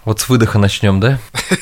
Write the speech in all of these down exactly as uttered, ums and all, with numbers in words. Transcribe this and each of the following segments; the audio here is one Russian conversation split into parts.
Вот с выдоха начнем, да?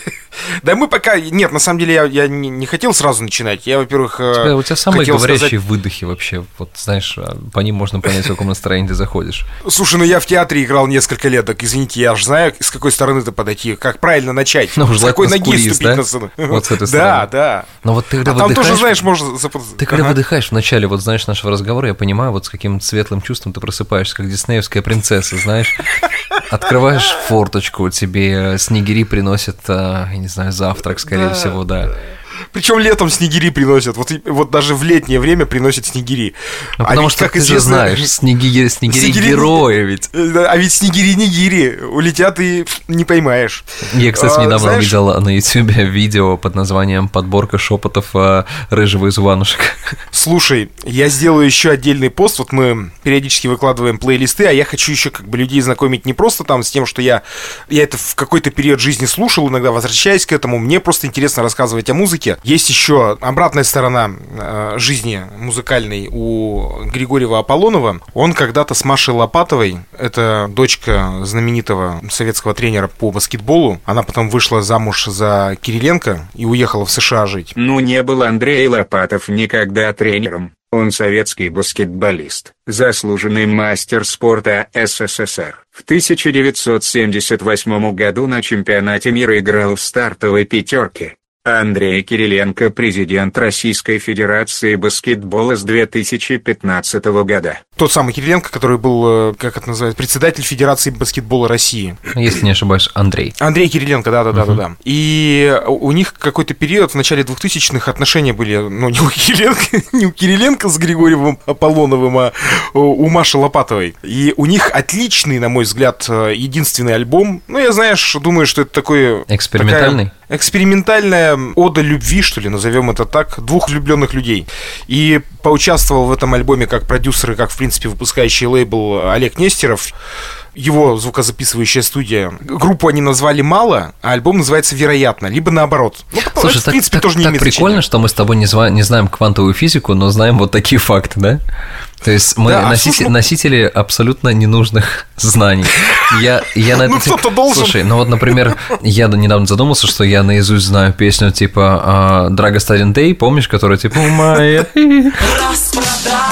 Да мы пока... Нет, на самом деле я, я не, не хотел сразу начинать. Я, во-первых, у тебя, у тебя самые говорящие сказать... выдохи вообще. Вот, знаешь, по ним можно понять, в каком настроении ты заходишь. Слушай, ну я в театре играл несколько лет, так извините, я же знаю, с какой стороны-то подойти, как правильно начать. Ну, с какой ноги ступить да? на сцену. Вот с этой стороны. Да, да. Но вот ты, когда а там выдыхаешь, тоже, знаешь, можно... Ты когда ага. выдыхаешь в начале, вот знаешь, нашего разговора, я понимаю, вот с каким светлым чувством ты просыпаешься, как диснеевская принцесса, знаешь. Открываешь форточку, тебе снегири приносят, я не знаю, завтрак, скорее да. всего, да. Причем летом снегири приносят. Вот, вот даже в летнее время приносят снегири. Ну, потому а что как ты известно, же знаешь, снегири, снегири, снегири герои ведь. А ведь снегири не гири. Улетят и не поймаешь. Я, кстати, недавно а, знаешь... увидел на ютубе видео под названием «Подборка шепотов а, рыжего из Иванушек». Слушай, я сделаю еще отдельный пост. Вот мы периодически выкладываем плейлисты, а я хочу еще как бы людей знакомить не просто там с тем, что я, я это в какой-то период жизни слушал, иногда возвращаясь к этому. Мне просто интересно рассказывать о музыке. Есть еще обратная сторона э, жизни музыкальной у Григорьева Аполлонова. Он когда-то с Машей Лопатовой, это дочка знаменитого советского тренера по баскетболу, она потом вышла замуж за Кириленко и уехала в США жить. Ну не был Андрей Лопатов никогда тренером. Он советский баскетболист, заслуженный мастер спорта СССР. В тысяча девятьсот семьдесят восьмом году на чемпионате мира играл в стартовой пятерке. Андрей Кириленко, президент Российской Федерации баскетбола с две тысячи пятнадцатого года. Тот самый Кириленко, который был, как это называется, председатель Федерации баскетбола России. Если не ошибаюсь, Андрей. Андрей Кириленко, да-да-да. Uh-huh. да. И у них какой-то период в начале двухтысячных отношения были, ну, не у Кириленко, не у Кириленко с Григорьевым Аполлоновым, а у Маши Лопатовой. И у них отличный, на мой взгляд, единственный альбом. Ну, я, знаешь, думаю, что это такой... Экспериментальный? Такая... Экспериментальная ода любви, что ли, назовем это так, двух влюбленных людей. И поучаствовал в этом альбоме как продюсер и как, в принципе, выпускающий лейбл Олег Нестеров. Его звукозаписывающая студия. Группу они назвали «Мало», а альбом называется «Вероятно», либо наоборот. Ну, слушай, это, так, в принципе, так, тоже не так имеет прикольно, значения. Что мы с тобой не, зва- не знаем квантовую физику, но знаем вот такие факты, да? То есть мы да, носители, слушай, носители абсолютно ненужных знаний. Я, я на ну, это... кто-то должен. Слушай, ну вот, например, я недавно задумался, что я наизусть знаю песню типа «Драго Стадин Дэй», помнишь, которая типа «Моя...» Распродажа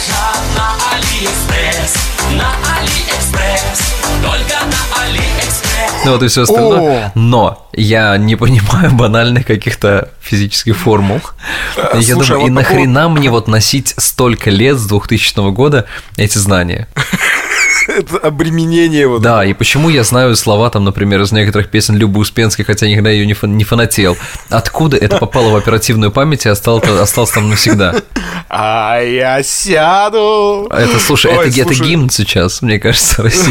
на Алиэкспресс, на Алиэкспресс, только на Алиэкспресс. Ну вот и все остальное. Но я не понимаю банальных каких-то физических формул. А, я слушай, думаю, вот и нахрена такого... мне вот носить столько лет с двухтысячного года эти знания? Это обременение. Вот да, и почему я знаю слова, там, например, из некоторых песен Любы Успенской, хотя никогда ее не, фан- не фанател. Откуда это попало в оперативную память и осталось, осталось там навсегда? А я сяду. Это, слушай, Ой, это, слушай... это гимн сейчас, мне кажется, России.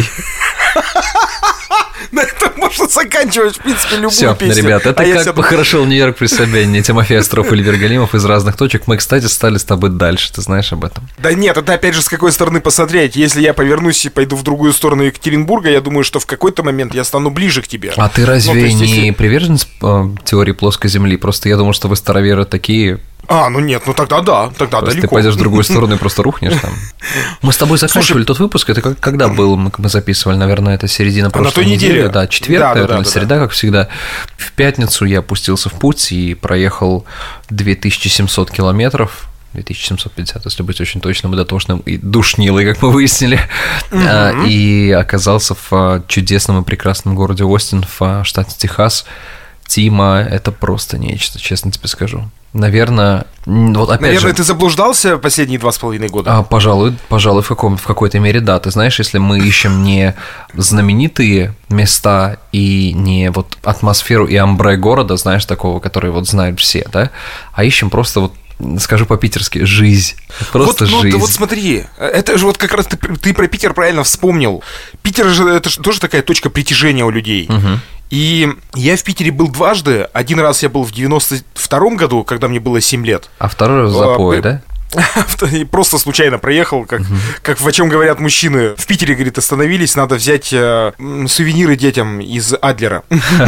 На этом можно заканчивать, в принципе, любую Всё, песню. ребят, это а как себя... похорошел Нью-Йорк при Собянине, Тимофей Остров и Эльвир Галимов из разных точек. Мы, кстати, стали с тобой дальше, ты знаешь об этом? Да нет, это опять же с какой стороны посмотреть. Если я повернусь и пойду в другую сторону Екатеринбурга, я думаю, что в какой-то момент я стану ближе к тебе. А ты разве ну, есть, не если... приверженец э, теории плоской земли? Просто я думал, что вы староверы такие... А, ну нет, ну тогда да, тогда Просто далеко. Ты пойдешь в другую сторону и просто рухнешь там. Мы с тобой заканчивали Слушай, тот выпуск, это когда был, мы записывали, наверное, это середина прошлой на той недели. неделе. Да, четверг, да, наверное, да, да, среда, да. как всегда. В пятницу я пустился в путь и проехал две тысячи семьсот километров. две тысячи семьсот пятьдесят, если быть очень точным и дотошным, и душнилой, как мы выяснили, mm-hmm. и оказался в чудесном и прекрасном городе Остин в штате Техас. Тима, это просто нечто, честно тебе скажу. Наверное, вот опять Наверное, же... ты заблуждался последние два с половиной года? А, пожалуй, пожалуй, в, каком, в какой-то мере, да. Ты знаешь, если мы ищем не знаменитые места и не вот атмосферу и амбре города, знаешь, такого, который вот знают все, да, а ищем просто вот, скажу по-питерски, жизнь. Просто вот, жизнь. Ну, вот смотри, это же вот как раз ты, ты про Питер правильно вспомнил. Питер же это же тоже такая точка притяжения у людей. Угу. И я в Питере был дважды. Один раз я был в девяносто втором году, когда мне было семь лет. А второй раз в запое, а, да? Просто случайно проехал, как, как в «О чем говорят мужчины». В Питере, говорит, остановились, надо взять э, сувениры детям из Адлера.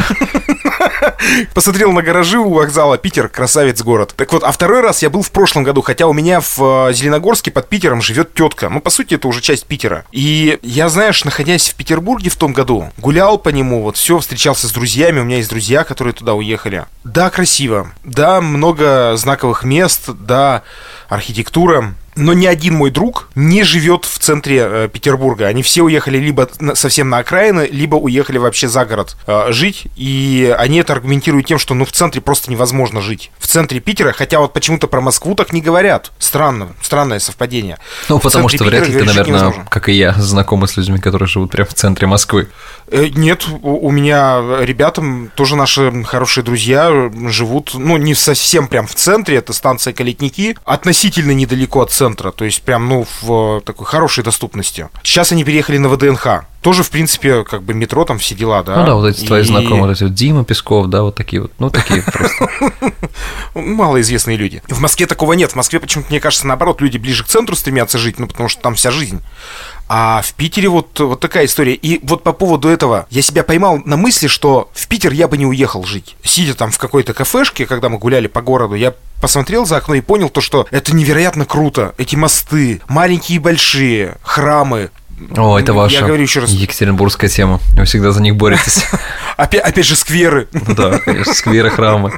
Посмотрел на гаражи у вокзала. Питер — красавец город. Так вот, а второй раз я был в прошлом году, хотя у меня в Зеленогорске под Питером живет тетка. Ну, по сути, это уже часть Питера. И я, знаешь, находясь в Петербурге в том году, гулял по нему, вот все, встречался с друзьями. У меня есть друзья, которые туда уехали. Да, красиво. Да, много знаковых мест. Да, архитектура. Но ни один мой друг не живет в центре э, Петербурга. Они все уехали либо на, совсем на окраины, либо уехали вообще за город э, жить. И они это аргументируют тем, что ну в центре просто невозможно жить. В центре Питера, хотя вот почему-то про Москву так не говорят. Странно, странное совпадение. Ну, потому что Питера, вряд ли ты, наверное, как и я, знакомы с людьми, которые живут прямо в центре Москвы. Э, нет, у, у меня ребята, тоже наши хорошие друзья, живут, ну, не совсем прям в центре. Это станция Калитники, относительно недалеко от центра. То есть прям, ну, в такой хорошей доступности. Сейчас они переехали на ВДНХ. Тоже, в принципе, как бы метро, там все дела, да. Ну да, вот эти и... твои знакомые, вот эти вот Дима Песков, да, вот такие вот, ну, такие просто. Малоизвестные люди. В Москве такого нет. В Москве почему-то, мне кажется, наоборот, люди ближе к центру стремятся жить, ну, потому что там вся жизнь. А в Питере вот, вот такая история. И вот по поводу этого я себя поймал на мысли, что в Питер я бы не уехал жить. Сидя там в какой-то кафешке, когда мы гуляли по городу, я посмотрел за окно и понял то, что это невероятно круто. Эти мосты, маленькие и большие, храмы. О, это ваша я говорю еще раз. екатеринбургская тема. Вы всегда за них боретесь. Опять, опять же, скверы. Да, конечно, скверы, храмы.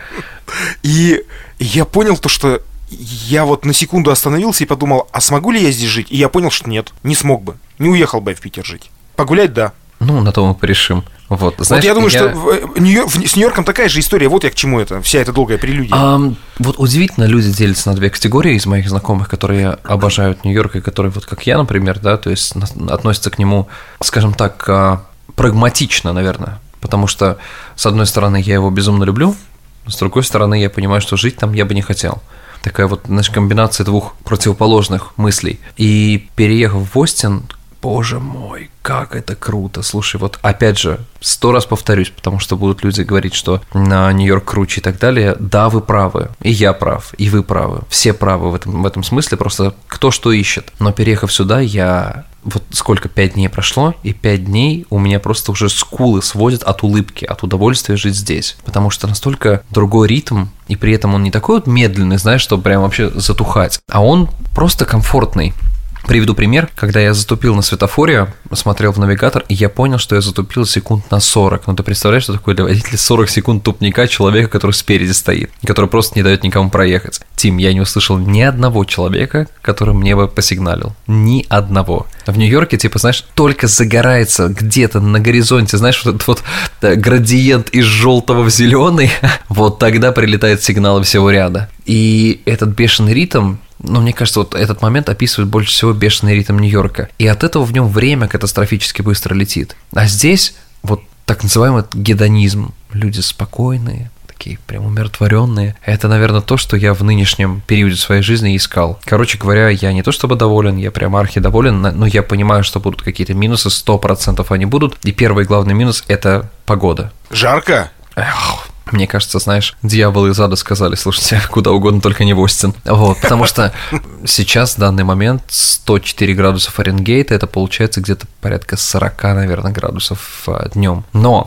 И я понял то, что я вот на секунду остановился и подумал, а смогу ли я здесь жить? И я понял, что нет, не смог бы. Не уехал бы я в Питер жить. Погулять, да. Ну, на то мы порешим. Вот, знаешь, вот я думаю, я... что в Нью- в... с Нью-Йорком такая же история. Вот я к чему это, вся эта долгая прелюдия. А, вот удивительно, люди делятся на две категории из моих знакомых, которые обожают Нью-Йорк, и которые, вот как я, например, да, то есть относятся к нему, скажем так, прагматично, наверное. Потому что, с одной стороны, я его безумно люблю, с другой стороны, я понимаю, что жить там я бы не хотел. Такая вот, знаешь, комбинация двух противоположных мыслей. И переехав в Остин, боже мой, как это круто. Слушай, вот опять же, сто раз повторюсь, потому что будут люди говорить, что на Нью-Йорк круче и так далее. Да, вы правы, и я прав, и вы правы. Все правы в этом, в этом смысле, просто кто что ищет. Но переехав сюда, я... Вот сколько, пять дней прошло, и пять дней у меня просто уже скулы сводят от улыбки, от удовольствия жить здесь. Потому что настолько другой ритм, и при этом он не такой вот медленный, знаешь, чтобы прям вообще затухать, а он просто комфортный. Приведу пример. Когда я затупил на светофоре, смотрел в навигатор, и я понял, что я затупил секунд на сорок. Ну, ты представляешь, что такое для водителя сорок секунд тупника человека, который спереди стоит, который просто не дает никому проехать. Тим, я не услышал ни одного человека, который мне бы посигналил. Ни одного. В Нью-Йорке, типа, знаешь, только загорается где-то на горизонте, знаешь, вот этот вот градиент из желтого в зеленый, вот тогда прилетает сигнал всего ряда. И этот бешеный ритм, ну, мне кажется, вот этот момент описывает больше всего бешеный ритм Нью-Йорка. И от этого в нем время катастрофически быстро летит. А здесь вот так называемый гедонизм. Люди спокойные, такие прям умиротворенные. Это, наверное, то, что я в нынешнем периоде своей жизни искал. Короче говоря, я не то чтобы доволен, я прям архидоволен, но я понимаю, что будут какие-то минусы, сто процентов они будут. И первый главный минус – это погода. Жарко? Эх. Мне кажется, знаешь, дьяволы из ада сказали, слушайте, куда угодно, только не в Остин. Вот, потому что сейчас, в данный момент, сто четыре градуса Фаренгейта, это получается где-то порядка сорок, наверное, градусов днем. Но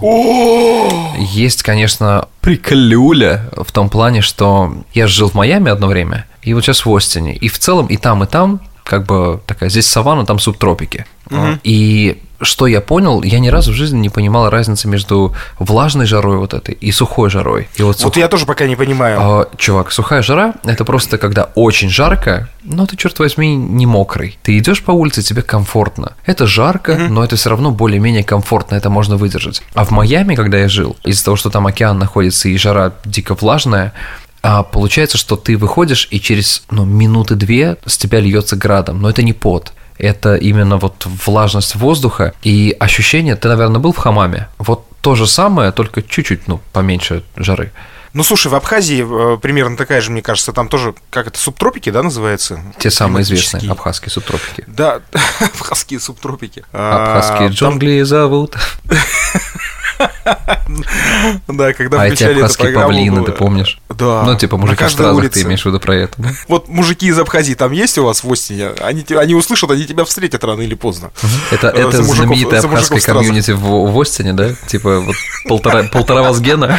есть, конечно, приколюля в том плане, что я жил в Майами одно время, и вот сейчас в Остине. И в целом и там, и там, как бы такая, здесь саванна, там субтропики. Mm-hmm. И что я понял, я ни разу в жизни не понимал разницы между влажной жарой вот этой и сухой жарой. И вот, сух... вот я тоже пока не понимаю. А, чувак, сухая жара – это просто когда очень жарко, но ты, черт возьми, не мокрый. Ты идешь по улице, тебе комфортно. Это жарко, mm-hmm. но это все равно более-менее комфортно, это можно выдержать. А в Майами, когда я жил, из-за того, что там океан находится и жара дико влажная, а получается, что ты выходишь, и через ну, минуты две с тебя льется градом, но это не пот. Это именно вот влажность воздуха и ощущение, ты, наверное, был в хамаме. Вот то же самое, только чуть-чуть, ну, поменьше жары. Ну, слушай, в Абхазии э, примерно такая же, мне кажется, там тоже, как это, субтропики, да, называется? Те самые известные абхазские субтропики. Да, абхазские субтропики. Абхазские джунгли зовут. Да, когда А эти включали эту абхазские программу, павлины, было- ты помнишь? Да. Ну, типа, На мужики в каждой стразах, улице. ты имеешь в виду про это, да? Вот мужики из Абхазии там есть у вас в Остине? Они, те- они услышат, они тебя встретят рано или поздно. Это, Э, это за мужиков- знаменитое за мужиков абхазское в стразах. комьюнити в, в Остине, да? Типа вот полтора, полтора Вазгена.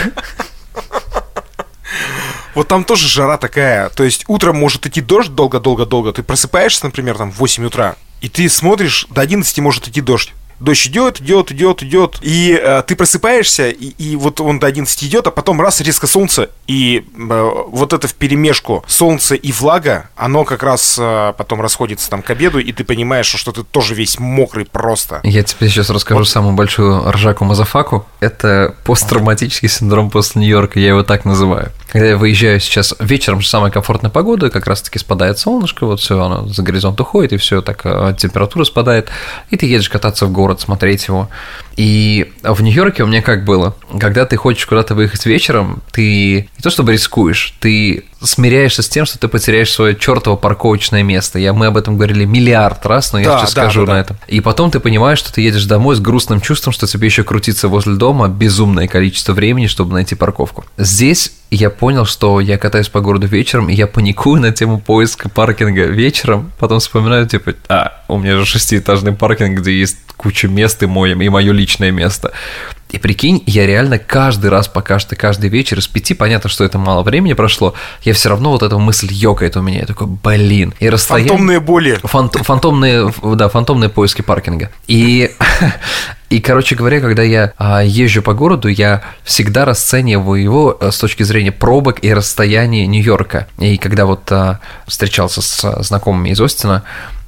Вот там тоже жара такая. То есть утром может идти дождь долго-долго-долго. Ты просыпаешься, например, там в восемь утра, и ты смотришь, до одиннадцати может идти дождь. Дождь идет, идет, идет, идет. И э, ты просыпаешься, и, и вот он до одиннадцати идет, а потом раз резко солнце, и э, вот это вперемешку солнце и влага, оно как раз э, потом расходится там к обеду, и ты понимаешь, что ты тоже весь мокрый просто. Я тебе сейчас расскажу Вот. самую большую ржаку-мазафаку. Это посттравматический синдром после Нью-Йорка, я его так называю. Когда я выезжаю сейчас вечером, же самая комфортная погода, как раз-таки спадает солнышко, вот все, оно за горизонт уходит, и все, так э, температура спадает, и ты едешь кататься в город, смотреть его. И в Нью-Йорке у меня как было? Когда ты хочешь куда-то выехать вечером, ты не то чтобы рискуешь, ты смиряешься с тем, что ты потеряешь свое чертово парковочное место. Я, мы об этом говорили миллиард раз, но я Да, сейчас да, скажу да, на да. этом. И потом ты понимаешь, что ты едешь домой с грустным чувством, что тебе еще крутиться возле дома безумное количество времени, чтобы найти парковку. Здесь я понял, что я катаюсь по городу вечером, и я паникую на тему поиска паркинга вечером, потом вспоминаю, типа, а, у меня же шестиэтажный паркинг, где есть куча мест и мое, и мое личное место. И прикинь, я реально каждый раз, пока что каждый вечер из пяти, понятно, что это мало времени прошло, я все равно вот эта мысль ёкает у меня, я такой, блин. И расстояние... Фантомные боли. Фант- фантомные, да, фантомные поиски паркинга. И, и, короче говоря, когда я а, езжу по городу, я всегда расцениваю его а, с точки зрения пробок и расстояния Нью-Йорка. И когда вот а, встречался с а, знакомыми из Остина,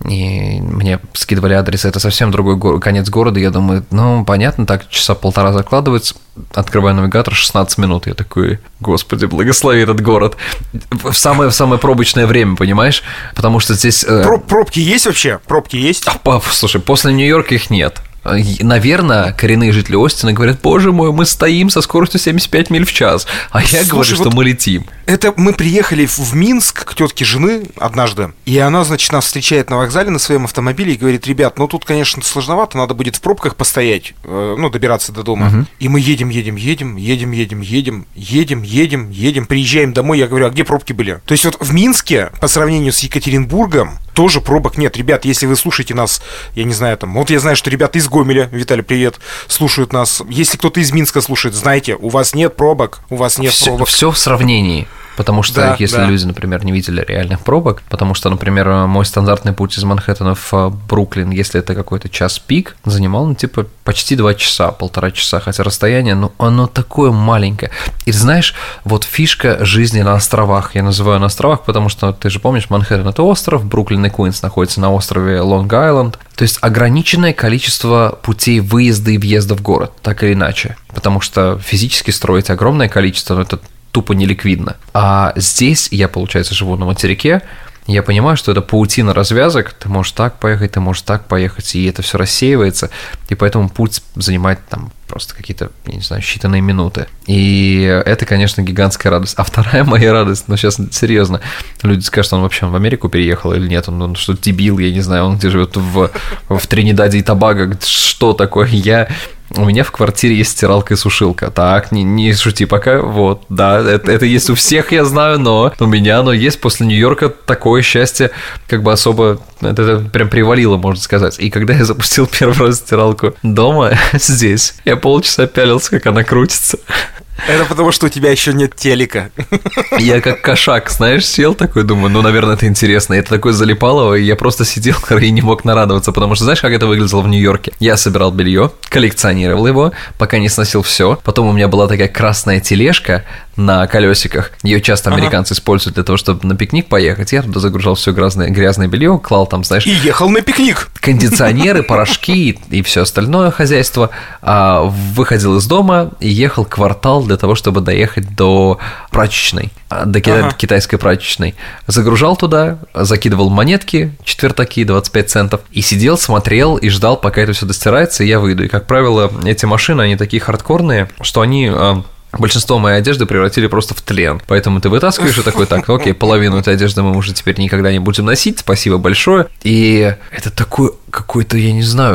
и мне скидывали адрес, это совсем другой го- конец города, я думаю, ну, понятно, так часа полтора закладывается, открываю навигатор, шестнадцать минут, я такой, господи, благослови этот город. В самое, в самое пробочное время, понимаешь? Потому что здесь... э, Про- пробки есть вообще? Пробки есть? а, па- слушай, после Нью-Йорка их нет. Наверное, коренные жители Остина говорят, боже мой, мы стоим со скоростью семьдесят пять миль в час, а я Слушай, говорю, что вот мы летим. Это мы приехали в Минск к тетке жены однажды, и она, значит, нас встречает на вокзале на своем автомобиле и говорит, ребят, ну тут, конечно, сложновато, надо будет в пробках постоять, э, ну, добираться до дома. Мгм. И мы едем, едем, едем, едем, едем, едем, едем, едем, едем, приезжаем домой, я говорю, а где пробки были? То есть вот в Минске, по сравнению с Екатеринбургом, тоже пробок нет. Ребят, если вы слушаете нас, я не знаю, там, вот я знаю, что ребята из Гомеля, Виталий, привет, слушают нас. Если кто-то из Минска слушает, знайте, у вас нет пробок, у вас нет Все, пробок. в сравнении. Потому что Да, если да. люди, например, не видели реальных пробок, потому что, например, мой стандартный путь из Манхэттена в Бруклин, если это какой-то час пик, занимал, ну, типа, почти два часа, полтора часа, хотя расстояние, ну, оно такое маленькое. И знаешь, вот фишка жизни на островах, я называю на островах, потому что, ты же помнишь, Манхэттен – это остров, Бруклин и Куинс находятся на острове Лонг-Айленд, то есть ограниченное количество путей выезда и въезда в город, так или иначе, потому что физически строить огромное количество, ну, это тупо неликвидно. А здесь я, получается, живу на материке, я понимаю, что это паутина развязок, ты можешь так поехать, ты можешь так поехать, и это все рассеивается, и поэтому путь занимает там просто какие-то, я не знаю, считанные минуты. И это, конечно, гигантская радость. А вторая моя радость, ну сейчас серьезно, люди скажут, он вообще в Америку переехал или нет, он, он что, дебил, я не знаю, он где живет в, в Тринидаде и Тобаго, что такое, я... У меня в квартире есть стиралка и сушилка. Так, не, не шути пока. Вот, да, это, это есть у всех, я знаю, но у меня оно есть. После Нью-Йорка такое счастье как бы особо... Это, это прям привалило, можно сказать. И когда я запустил первый раз стиралку дома, здесь, я полчаса пялился, как она крутится. Это потому, что у тебя еще нет телека. Я как кошак, знаешь, сел такой, думаю, ну, наверное, это интересно. И это такое залипалово, и я просто сидел и не мог нарадоваться, потому что знаешь, как это выглядело в Нью-Йорке? Я собирал белье, коллекционировал его, пока не сносил все. Потом у меня была такая красная тележка на колесиках. Ее часто американцы ага. используют для того, чтобы на пикник поехать. Я туда загружал все грязное, грязное белье, клал там, знаешь... И ехал на пикник. Кондиционеры, порошки и все остальное хозяйство. А, выходил из дома и ехал квартал для того, чтобы доехать до прачечной, до ага. китайской прачечной. Загружал туда, закидывал монетки, четвертаки, двадцать пять центов, и сидел, смотрел и ждал, пока это все достирается, и я выйду. И, как правило, эти машины, они такие хардкорные, что они... Большинство моей одежды превратили просто в тлен. Поэтому ты вытаскиваешь и такой, так, окей, половину этой одежды мы уже теперь никогда не будем носить, спасибо большое. И это такой какой-то, я не знаю,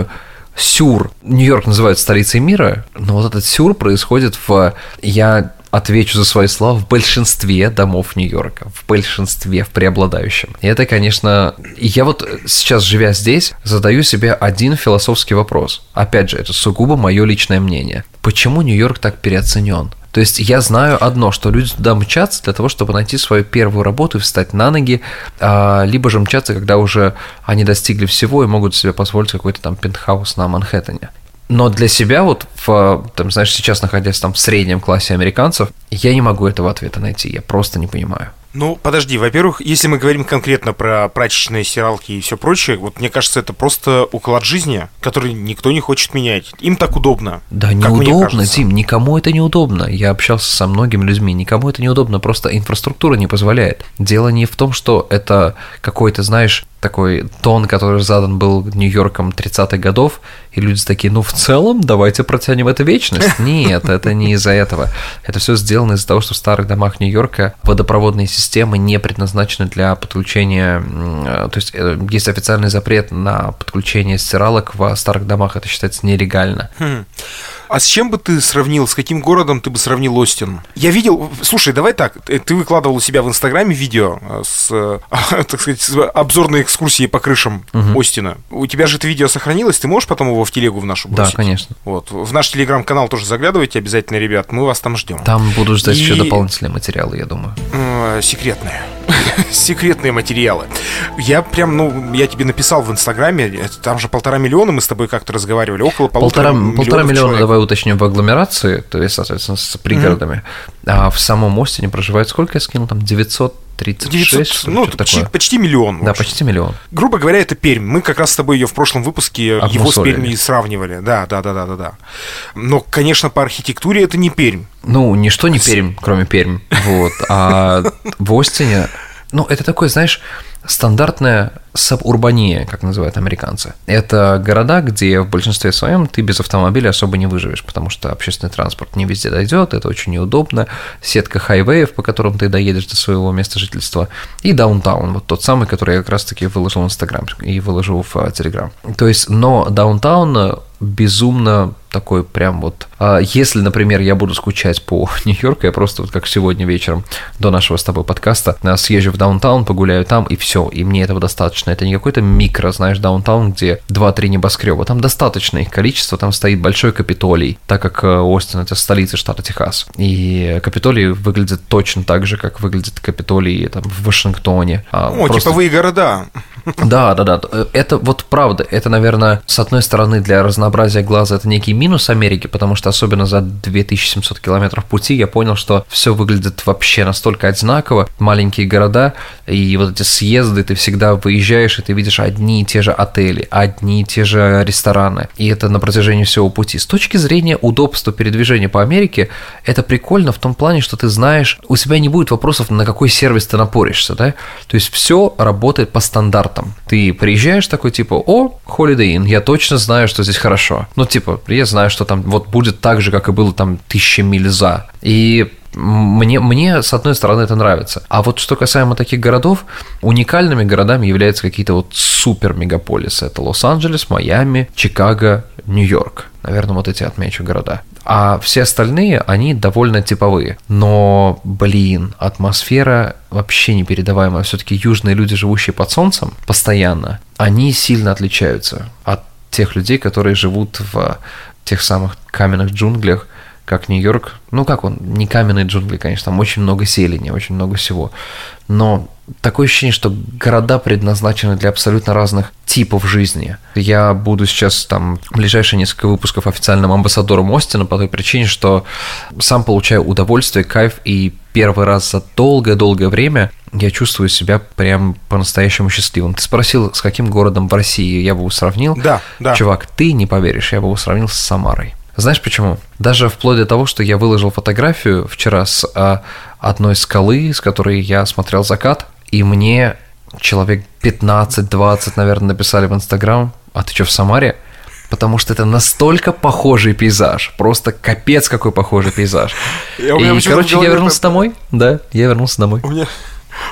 сюр. Нью-Йорк называют столицей мира, но вот этот сюр происходит в... Я отвечу за свои слова, в большинстве домов Нью-Йорка, в большинстве, в преобладающем. И это, конечно... Я вот сейчас, живя здесь, задаю себе один философский вопрос. Опять же, это сугубо мое личное мнение. Почему Нью-Йорк так переоценен? То есть я знаю одно, что люди туда мчатся для того, чтобы найти свою первую работу и встать на ноги, либо же мчатся, когда уже они достигли всего и могут себе позволить какой-то там пентхаус на Манхэттене. Но для себя вот, в, там, знаешь, сейчас находясь там в среднем классе американцев, я не могу этого ответа найти, я просто не понимаю. Ну, подожди, во-первых, если мы говорим конкретно про прачечные, стиралки и все прочее, вот мне кажется, это просто уклад жизни, который никто не хочет менять. Им так удобно. Да неудобно, Дим, никому это неудобно. Я общался со многими людьми, никому это неудобно, просто инфраструктура не позволяет. Дело не в том, что это какой-то, знаешь, такой тон, который задан был Нью-Йорком тридцатых годов, и люди такие, ну, в целом, давайте протянем это вечность. Нет, это не из-за этого. Это все сделано из-за того, что в старых домах Нью-Йорка водопроводные системы не предназначены для подключения, то есть есть официальный запрет на подключение стиралок в старых домах, это считается нелегально. Хм. А с чем бы ты сравнил, с каким городом ты бы сравнил Остин? Я видел, слушай, давай так, ты выкладывал у себя в Инстаграме видео с, так сказать, с обзорной экскурсией по крышам угу. Остина. У тебя же это видео сохранилось, ты можешь потом его в телегу в нашу бросить? Да, конечно. Вот. В наш телеграм-канал тоже заглядывайте обязательно, ребят, мы вас там ждем. Там буду ждать И... еще дополнительные материалы, я думаю. Секретные. Секретные материалы. Я прям, ну, я тебе написал в Инстаграме, там же полтора миллиона, мы с тобой как-то разговаривали, около полутора миллиона. Полтора миллиона, давай уточним, в агломерации, то есть, соответственно, с пригородами. Mm-hmm. А в самом Остине проживает сколько я скинул? Там девятьсот тридцать шесть, девятьсот, ну, почти, почти миллион. Да, почти миллион. Грубо говоря, это Пермь. Мы как раз с тобой ее в прошлом выпуске Обмусолили. Его с Пермью сравнивали. Да, да, да, да, да, да. Но, конечно, по архитектуре это не Пермь. Ну, ничто не Пермь, кроме Пермь. Вот. А в Остине, ну, это такое, знаешь, стандартная сабурбания, как называют американцы. Это города, где в большинстве своем ты без автомобиля особо не выживешь, потому что общественный транспорт не везде дойдет, это очень неудобно. Сетка хайвеев, по которым ты доедешь до своего места жительства, и даунтаун, вот тот самый, который я как раз-таки выложил в Инстаграм и выложил в Телеграм. То есть, но даунтаун безумно такой прям вот... Если, например, я буду скучать по Нью-Йорку, я просто вот как сегодня вечером до нашего с тобой подкаста съезжу в даунтаун, погуляю там, и все, и мне этого достаточно. Это не какой-то микро, знаешь, даунтаун, где два-три небоскреба. Там достаточное их количество, там стоит большой Капитолий, так как Остин — это столица штата Техас. И Капитолий выглядит точно так же, как выглядит Капитолий там, в Вашингтоне. О, просто... типовые города. Да, да, да. Это вот правда. Это, наверное, с одной стороны, для разнообразия глаза это некий минус Америки, потому что особенно за две тысячи семьсот километров пути я понял, что все выглядит вообще настолько одинаково. Маленькие города, и вот эти съезды, ты всегда выезжаешь, и ты видишь одни и те же отели, одни и те же рестораны. И это на протяжении всего пути. С точки зрения удобства передвижения по Америке, это прикольно в том плане, что ты знаешь, у тебя не будет вопросов, на какой сервис ты напоришься, да? То есть все работает по стандартам. Ты приезжаешь такой, типа, о, Holiday Inn, я точно знаю, что здесь хорошо. Ну, типа, я знаю, что там вот будет так же, как и было там тысяча миль за. И мне, мне, с одной стороны, это нравится. А вот что касаемо таких городов, уникальными городами являются какие-то вот супер-мегаполисы. Это Лос-Анджелес, Майами, Чикаго, Нью-Йорк. Наверное, вот эти отмечу города. А все остальные, они довольно типовые. Но, блин, атмосфера вообще непередаваемая. Все-таки южные люди, живущие под солнцем постоянно, они сильно отличаются от тех людей, которые живут в тех самых каменных джунглях, как Нью-Йорк. Ну, как он? Не каменные джунгли, конечно, там очень много зелени, очень много всего. Но такое ощущение, что города предназначены для абсолютно разных типов жизни. Я буду сейчас там в ближайшие несколько выпусков официальным амбассадором Остина по той причине, что сам получаю удовольствие, кайф, и первый раз за долгое-долгое время я чувствую себя прям по-настоящему счастливым. Ты спросил, с каким городом в России я бы его сравнил? Да, да. Чувак, ты не поверишь, я бы его сравнил с Самарой. Знаешь почему? Даже вплоть до того, что я выложил фотографию вчера с а, одной скалы, с которой я смотрел закат, и мне человек пятнадцать-двадцать, наверное, написали в Инстаграм: а ты что, в Самаре? Потому что это настолько похожий пейзаж, просто капец какой похожий пейзаж. И, короче, я вернулся домой, да, я вернулся домой. У меня...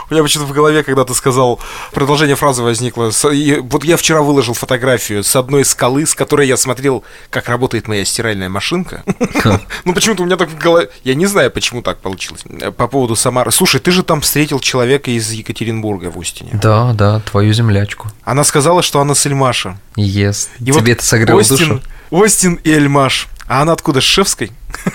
У меня почему-то в голове, когда ты сказал, продолжение фразы возникло. Вот я вчера выложил фотографию с одной скалы, с которой я смотрел, как работает моя стиральная машинка. Ну, почему-то у меня так в голове... Я не знаю, почему так получилось. По поводу Самары. Слушай, ты же там встретил человека из Екатеринбурга в Остине. Да, да, твою землячку. Она сказала, что она с Эльмаша. Yes. И Тебе это согрело душу? Остин и Эльмаш. А она откуда, с Шефской?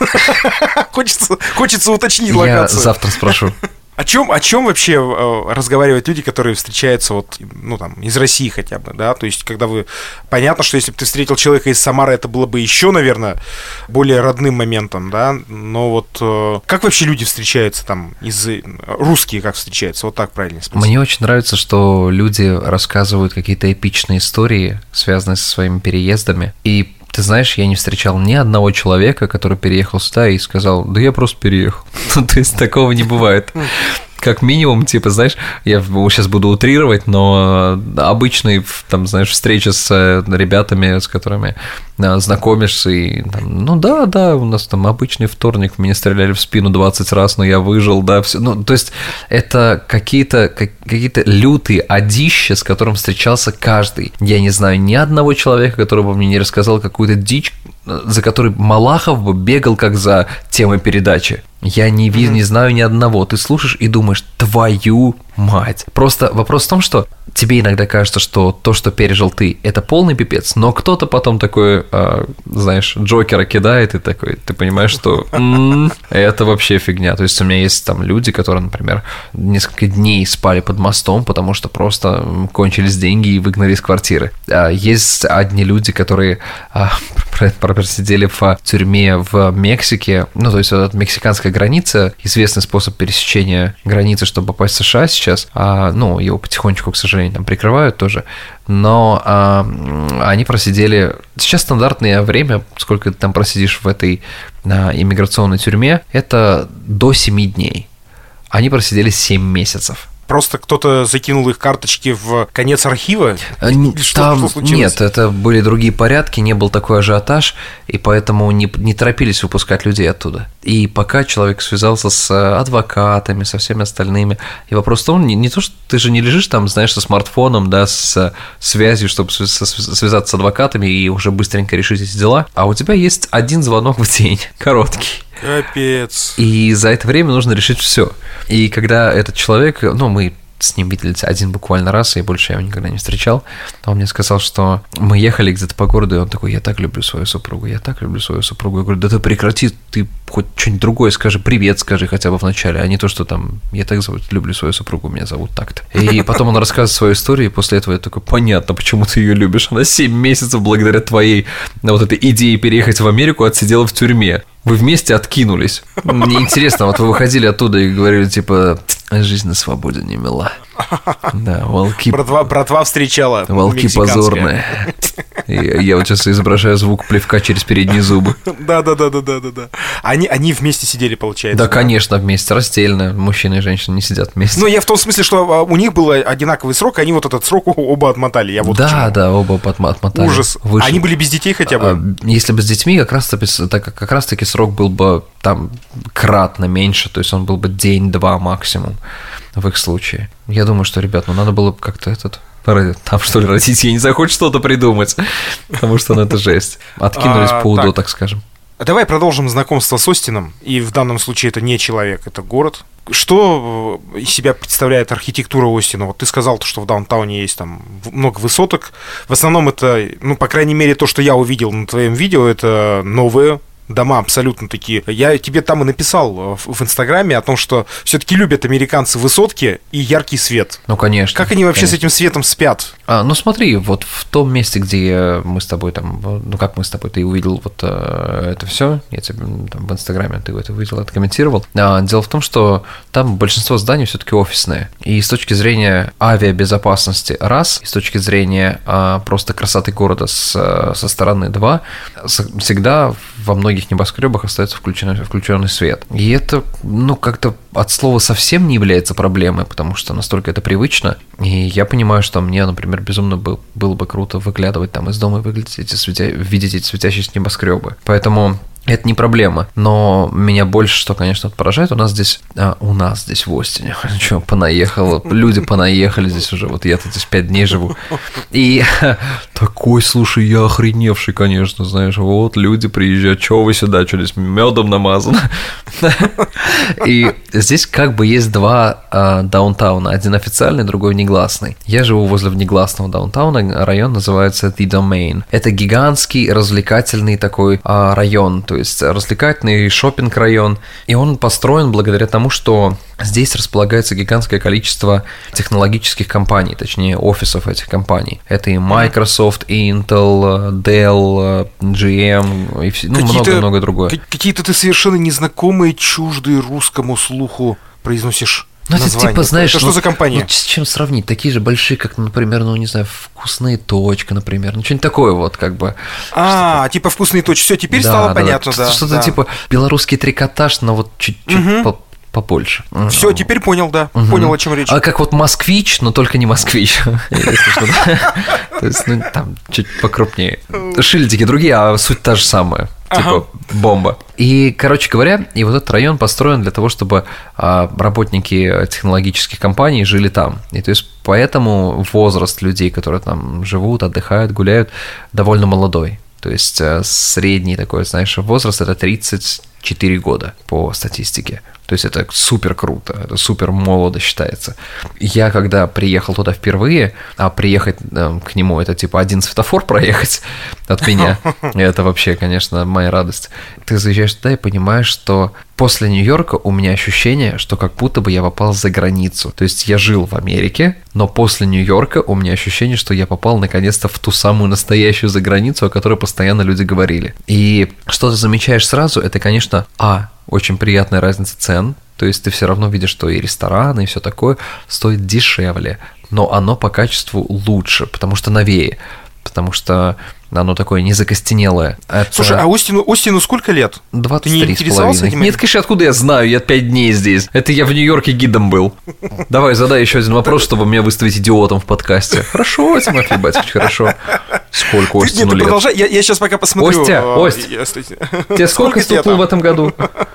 Хочется, хочется уточнить локацию. Я завтра спрошу. О чем, о чем вообще э, разговаривают люди, которые встречаются вот, ну, там, из России хотя бы, да? То есть, когда вы... Понятно, что если бы ты встретил человека из Самары, это было бы еще, наверное, более родным моментом, да? Но вот э, как вообще люди встречаются там, из... русские как встречаются? Вот так правильно спросить. Мне очень нравится, что люди рассказывают какие-то эпичные истории, связанные со своими переездами, и ты знаешь, я не встречал ни одного человека, который переехал сюда и сказал, да я просто переехал. Ну, то есть такого не бывает. Как минимум, типа, знаешь, я сейчас буду утрировать, но обычные, там, знаешь, встречи с ребятами, с которыми знакомишься, и там, ну да, да, у нас там обычный вторник, меня стреляли в спину двадцать раз, но я выжил, да, все. Ну, то есть это какие-то, какие-то лютые одища, с которым встречался каждый. Я не знаю ни одного человека, который бы мне не рассказал какую-то дичь, за которой Малахов бы бегал как за темой передачи. Я не, ви- не знаю ни одного. Ты слушаешь и думаешь, твою мать. Просто вопрос в том, что тебе иногда кажется, что то, что пережил ты, это полный пипец, но кто-то потом такой, э, знаешь, Джокера кидает, и такой, ты понимаешь, что м-м, это вообще фигня. То есть у меня есть там люди, которые, например, несколько дней спали под мостом, потому что просто кончились деньги и выгнали из квартиры. А есть одни люди, которые а, просидели в тюрьме в Мексике, ну, то есть вот мексиканская граница, известный способ пересечения границы, чтобы попасть в США сейчас, а, ну, его потихонечку, к сожалению, там прикрывают тоже, но а, они просидели, сейчас стандартное время, сколько ты там просидишь в этой а, иммиграционной тюрьме, это до семи дней, они просидели семь месяцев. Просто кто-то закинул их карточки в конец архива? Там нет, это были другие порядки, не был такой ажиотаж, и поэтому не, не торопились выпускать людей оттуда. И пока человек связался с адвокатами, со всеми остальными, и вопрос в том, не, не то, что ты же не лежишь там, знаешь, со смартфоном, да, с связью, чтобы связаться с адвокатами и уже быстренько решить эти дела, а у тебя есть один звонок в день, короткий. Капец. И за это время нужно решить все. И когда этот человек, ну, мы с ним виделись один буквально раз, и больше я его никогда не встречал, он мне сказал, что мы ехали где-то по городу, и он такой, я так люблю свою супругу, я так люблю свою супругу. Я говорю, да ты прекрати, ты хоть что-нибудь другое скажи, привет скажи хотя бы вначале, а не то, что там, я так зовут, люблю свою супругу, меня зовут так-то. И потом он рассказывает свою историю, и после этого я такой, понятно, почему ты ее любишь, она семь месяцев благодаря твоей, вот этой идее переехать в Америку отсидела в тюрьме. Вы вместе откинулись. Мне интересно, вот вы выходили оттуда и говорили, типа, жизнь на свободе не мила. Да, волки... Братва, братва встречала. Волки позорные. И я вот сейчас изображаю звук плевка через передние зубы. Да-да-да-да-да-да. Они, они вместе сидели, получается? Да, да, конечно, вместе, раздельно. Мужчина и женщина не сидят вместе. Ну, я в том смысле, что у них был одинаковый срок, и они вот этот срок оба отмотали. Я вот да, да, оба отмотали. Ужас. Выше. Они были без детей хотя бы? Если бы с детьми, как раз-таки, так, как раз-таки срок был бы там кратно меньше, то есть он был бы день-два максимум в их случае. Я думаю, что, ребят, ну надо было бы как-то этот... Там, что ли, родить, я не знаю, хоть что-то придумать, потому что, ну, это жесть. Откинулись а, по УДО, так. так скажем. Давай продолжим знакомство с Остином, и в данном случае это не человек, это город. Что из себя представляет архитектура Остина? Вот ты сказал, что в даунтауне есть там много высоток. В основном это, ну, по крайней мере, то, что я увидел на твоем видео, это новые дома абсолютно такие. Я тебе там и написал в, в Инстаграме о том, что все-таки любят американцы высотки и яркий свет. Ну, конечно. Как они вообще конечно. с этим светом спят? А, ну, смотри, вот в том месте, где мы с тобой там, ну, как мы с тобой, ты увидел вот а, это все, я тебе там в Инстаграме ты это увидел, это комментировал. А, дело в том, что там большинство зданий все-таки офисные. И с точки зрения авиабезопасности раз, и с точки зрения а, просто красоты города с, со стороны два, всегда во многих небоскребах остается включенный, включенный свет. И это, ну, как-то от слова совсем не является проблемой, потому что настолько это привычно. И я понимаю, что мне, например, безумно был, было бы круто выглядывать там из дома и выглядеть эти светя... видеть эти светящиеся небоскребы. Поэтому Это не проблема, но меня больше что, конечно, поражает. У нас здесь, а, у нас здесь в Остине, что, понаехало, люди понаехали здесь уже, вот я тут здесь пять дней живу. И такой, слушай, я охреневший, конечно, знаешь, вот люди приезжают, что вы сюда, что здесь медом намазано. И здесь как бы есть два а, даунтауна, один официальный, другой негласный. Я живу возле внегласного даунтауна, район называется The Domain. Это гигантский развлекательный такой а, район, то есть развлекательный шопинг-район, и он построен благодаря тому, что здесь располагается гигантское количество технологических компаний, точнее офисов этих компаний. Это и Microsoft, и Intel, Dell, джи эм и все, ну, много-много другое. Какие-то ты совершенно незнакомые, чуждые русскому слуху произносишь. Ну, это типа, знаешь, это что ну, за компания? Ну, с чем сравнить? Такие же большие, как, например, ну, не знаю, «Вкусная точка», например. Ну, что-нибудь такое вот, как бы. А, типа «Вкусные точки». Все, теперь да, стало да, понятно, да. да. Что-то да. типа белорусский трикотаж, но вот чуть-чуть угу. по побольше. Все, теперь понял, да. Угу. Понял, о чем речь. А как вот «Москвич», но только не «Москвич». То есть, ну, там чуть покрупнее. Шильдики другие, а суть та же самая. Типа бомба. И, короче говоря, и вот этот район построен для того, чтобы а, работники технологических компаний жили там. И то есть поэтому возраст людей, которые там живут, отдыхают, гуляют, довольно молодой. То есть средний такой, знаешь, возраст – это тридцать четыре года по статистике. То есть это супер круто, это супер молодо считается. Я когда приехал туда впервые, а приехать э, к нему это типа один светофор проехать от меня, это вообще, конечно, моя радость. Ты заезжаешь туда и понимаешь, что после Нью-Йорка у меня ощущение, что как будто бы я попал за границу. То есть я жил в Америке, но после Нью-Йорка у меня ощущение, что я попал наконец-то в ту самую настоящую заграницу, о которой постоянно люди говорили. И что ты замечаешь сразу, это, конечно, а, очень приятная разница цен, то есть ты все равно видишь, что и рестораны, и все такое стоит дешевле, но оно по качеству лучше, потому что новее, потому что оно такое не закостенелое. Это... Слушай, а Остину, Остину сколько лет? двадцать три с половиной. Нет, конечно, откуда я знаю? Я пять дней здесь. Это я в Нью-Йорке гидом был. Давай, задай еще один вопрос, чтобы меня выставить идиотом в подкасте. Хорошо, Тимофей Батькович, хорошо. Сколько Остину Нет, лет? Продолжай, я, я сейчас пока посмотрю. Остя, Ость, тебе сколько стукнул в этом году?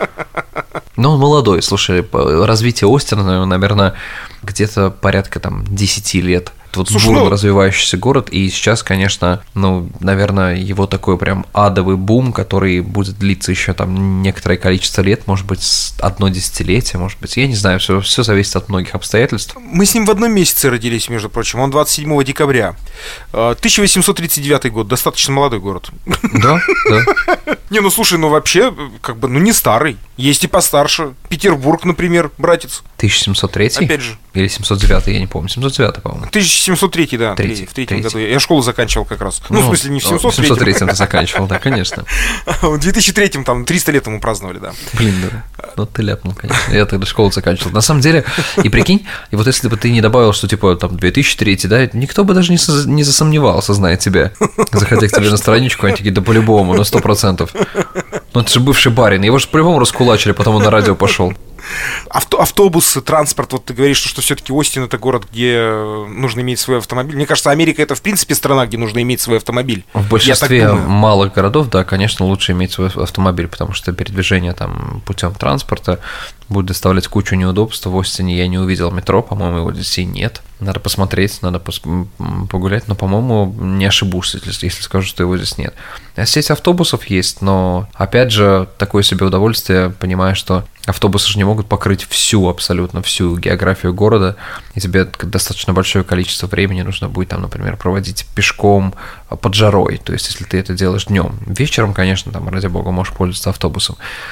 Ну, он молодой, слушай, развитие Остина, наверное, где-то порядка там десяти лет. Вот Слушай, бурно ну... развивающийся город, и сейчас, конечно, ну, наверное, его такой прям адовый бум, который будет длиться еще там некоторое количество лет, может быть, одно десятилетие, может быть, я не знаю, все, все зависит от многих обстоятельств. Мы с ним в одном месяце родились, между прочим, он двадцать седьмого декабря, тысяча восемьсот тридцать девятый год, достаточно молодой город. Да, да. Не, ну слушай, ну вообще, как бы, ну не старый, есть и постарше, Петербург, например, братец. тысяча семьсот третий? Опять же. Или семьсот девятый, я не помню, семьсот девятый, по-моему. тысяча семьсот третий, да, третий, в третьем третий. году. Я школу заканчивал как раз. Ну, ну в смысле, не в семьсот третьем. В семьсот третьем ты заканчивал, да, конечно. В две тысячи третьем там триста лет ему праздновали, да. Блин, да. Ну, ты ляпнул, конечно. Я тогда школу заканчивал. На самом деле, и прикинь, и вот если бы ты не добавил, что типа там две тысячи третий, да, никто бы даже не, со- не засомневался, зная тебя. Заходя к тебе на страничку, они такие, да по-любому, на сто процентов. Ну, это же бывший барин, его же по-любому раскулачили, потом он на радио пошел. Авто, автобусы, транспорт, вот ты говоришь, что, что все-таки Остин это город, где нужно иметь свой автомобиль. Мне кажется, Америка это в принципе страна, где нужно иметь свой автомобиль. В большинстве малых городов, да, конечно, лучше иметь свой автомобиль, потому что передвижение там путем транспорта будет доставлять кучу неудобств. В Остине я не увидел метро, по-моему, его здесь и нет. Надо посмотреть, надо пос- погулять, но, по-моему, не ошибусь, если, если скажу, что его здесь нет. А сеть автобусов есть, но, опять же, такое себе удовольствие, понимая, что автобусы же не могут покрыть всю, абсолютно всю географию города, и тебе достаточно большое количество времени нужно будет там, например, проводить пешком под жарой, то есть если ты это делаешь днем. Вечером, конечно, там, ради бога, можешь пользоваться автобусом.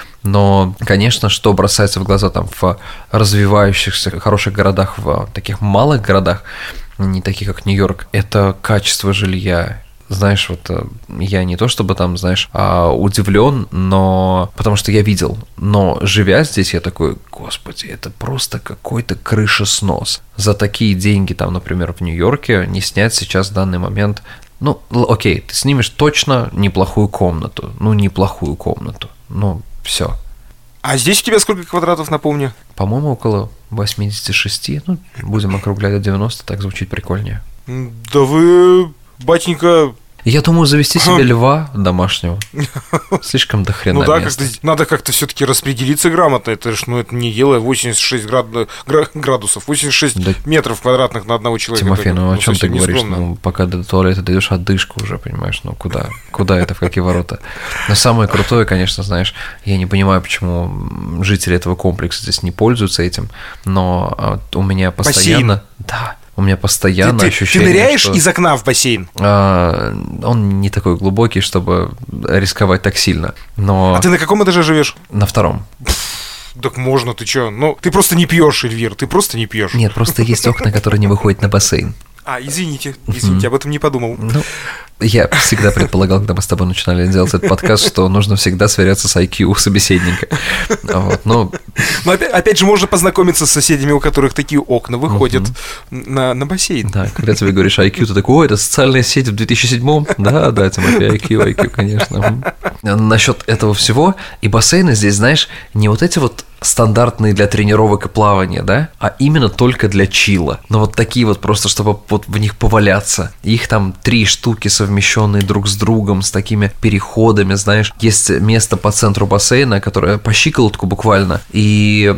Но, конечно, что бросается в глаза там в развивающихся хороших городах, в таких малых городах, не таких как Нью-Йорк, это качество жилья. Знаешь, вот я не то чтобы там, знаешь, удивлен, но потому что я видел, но живя здесь, я такой, господи, это просто какой-то крышеснос. За такие деньги там, например, в Нью-Йорке не снять сейчас в данный момент. Ну, окей, ты снимешь точно неплохую комнату, ну, неплохую комнату, ну, все. А здесь у тебя сколько квадратов, напомню? По-моему, около восемьдесят шесть, ну, будем округлять до девяноста, так звучит прикольнее. Да вы, батенька... Я думаю, завести себе льва домашнего. Слишком до хрена Ну да, места. как-то, надо как-то все-таки распределиться грамотно. Это ж, ну, это не дело восемьдесят шесть град... гра- градусов, восемьдесят шесть Да. метров квадратных на одного человека. Тимофей, Это, ну о чем ты совсем не говоришь? скромно. Ну, пока до туалета дойдешь, отдышку уже, понимаешь? Ну, куда? Куда это, в какие ворота? Но самое крутое, конечно, знаешь, я не понимаю, почему жители этого комплекса здесь не пользуются этим, но а, у меня постоянно... Да, у меня постоянно Ты, ты, ощущение, ты ныряешь что, из окна в бассейн? а, он не такой глубокий, чтобы рисковать так сильно, но А ты на каком этаже живешь? на втором. Так можно, ты чё? Ну, ты просто не пьешь, Эльвир, ты просто не пьешь. Нет, просто есть окна, которые не выходят на бассейн. А, извините, извините, об этом не подумал. Ну, я всегда предполагал, когда мы с тобой начинали делать этот подкаст, что нужно всегда сверяться с ай кью собеседника. Вот, но... Но опять, опять же, можно познакомиться с соседями, у которых такие окна выходят на, на бассейн. Да, когда тебе говоришь ай кью, ты такой, ой, это социальная сеть в две тысячи седьмом? Да, да, Тимофей, ай кью, ай кью, конечно. Насчет этого всего, и бассейны здесь, знаешь, не вот эти вот стандартные для тренировок и плавания, да, а именно только для чила. Но вот такие вот просто, чтобы вот в них поваляться. Их там три штуки, совмещенные друг с другом, с такими переходами, знаешь. Есть место по центру бассейна, которое по щиколотку буквально, и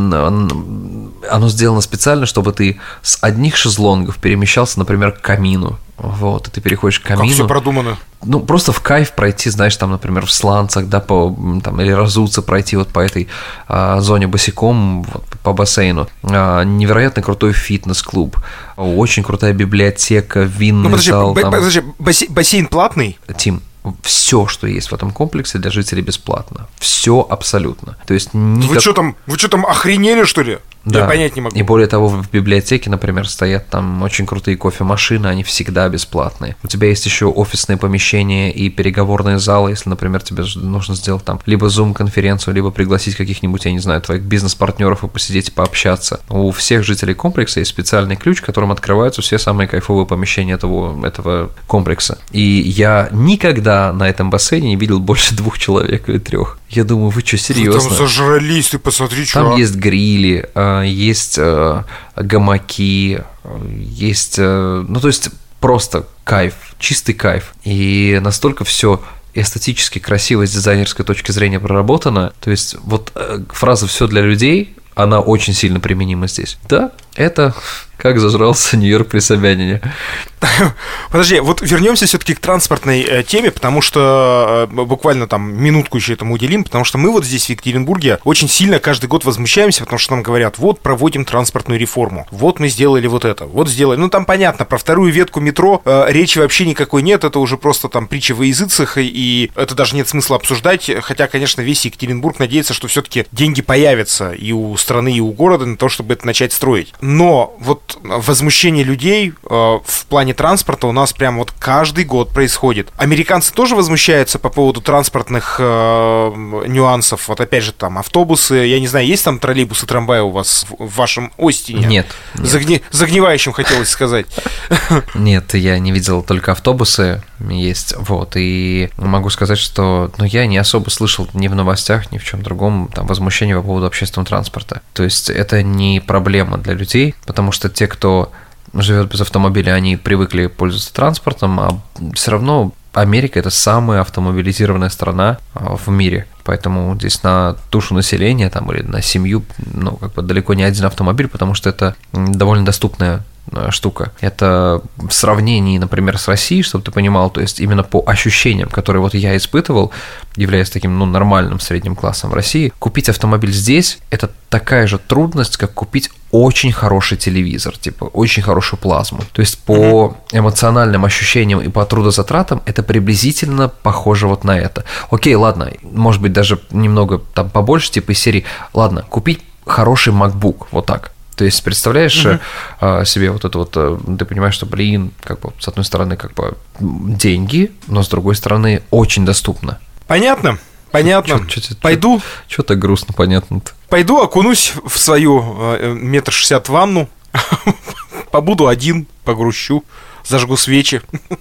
оно сделано специально, чтобы ты с одних шезлонгов перемещался, например, к камину. Вот, и ты переходишь к камину. Как все продумано. Ну, просто в кайф пройти, знаешь, там, например, в сланцах, да, по, там, или разуться, пройти вот по этой а, зоне босиком, вот, по бассейну. А, невероятно крутой фитнес-клуб, очень крутая библиотека, винный Ну, подожди, зал. б- там... подожди бассейн, бассейн платный? Тим, все, что есть в этом комплексе, для жителей бесплатно. Все абсолютно. То есть никак... Вы что там, вы что там охренели, что ли? Да. Я понять не могу. И более того, в библиотеке, например, стоят там очень крутые кофемашины, они всегда бесплатные. У тебя есть еще офисные помещения и переговорные залы, если, например, тебе нужно сделать там либо зум-конференцию, либо пригласить каких-нибудь, я не знаю, твоих бизнес-партнеров и посидеть и пообщаться. У всех жителей комплекса есть специальный ключ, которым открываются все самые кайфовые помещения этого, этого комплекса. И я никогда на этом бассейне не видел больше двух человек или трех. Я думаю, вы что, серьезно? Вы там зажрались, ты посмотри, что. Там есть грили, есть гамаки, есть, ну то есть просто кайф, чистый кайф. И настолько все эстетически красиво с дизайнерской точки зрения проработано. То есть вот фраза «все для людей», она очень сильно применима здесь. Да, это как зажрался Нью-Йорк при Собянине. Подожди, вот вернемся все-таки к транспортной э, теме, потому что э, буквально там минутку еще этому уделим, потому что мы вот здесь в Екатеринбурге очень сильно каждый год возмущаемся, потому что нам говорят, вот проводим транспортную реформу, вот мы сделали вот это, вот сделали. Ну там понятно, про вторую ветку метро э, речи вообще никакой нет, это уже просто там притча во языцах, и, и это даже нет смысла обсуждать, хотя, конечно, весь Екатеринбург надеется, что все-таки деньги появятся и у страны, и у города на то, чтобы это начать строить. Но вот возмущение людей э, в плане транспорта у нас прям вот каждый год происходит. Американцы тоже возмущаются по поводу транспортных э, нюансов. Вот опять же там автобусы, я не знаю, есть там троллейбусы, трамваи у вас в, в вашем Остине? Нет. нет. Загни... Загнивающим хотелось сказать. Нет, я не видел, только автобусы есть, вот, и могу сказать, что, ну, я не особо слышал ни в новостях, ни в чем другом там возмущения по поводу общественного транспорта. То есть это не проблема для людей, потому что те, кто живет без автомобиля, они привыкли пользоваться транспортом, а все равно Америка – это самая автомобилизированная страна в мире, поэтому здесь на душу населения там, или на семью, ну, как бы далеко не один автомобиль, потому что это довольно доступная штука. Это в сравнении, например, с Россией, чтобы ты понимал, то есть именно по ощущениям, которые вот я испытывал, являясь таким, ну, нормальным средним классом в России, купить автомобиль здесь – это такая же трудность, как купить очень хороший телевизор, типа очень хорошую плазму. То есть по эмоциональным ощущениям и по трудозатратам это приблизительно похоже вот на это. Окей, ладно, может быть даже немного там побольше, типа из серии, ладно, купить хороший MacBook, вот так. То есть, представляешь mm-hmm. себе вот это вот, ты понимаешь, что, блин, как бы, с одной стороны, как бы, деньги, но с другой стороны, очень доступно. Понятно, понятно. Чё, чё, чё, Пойду. Что-то грустно, понятно-то. Пойду окунусь в свою метр шестьдесят ванну, побуду один. погрущу, зажгу свечи,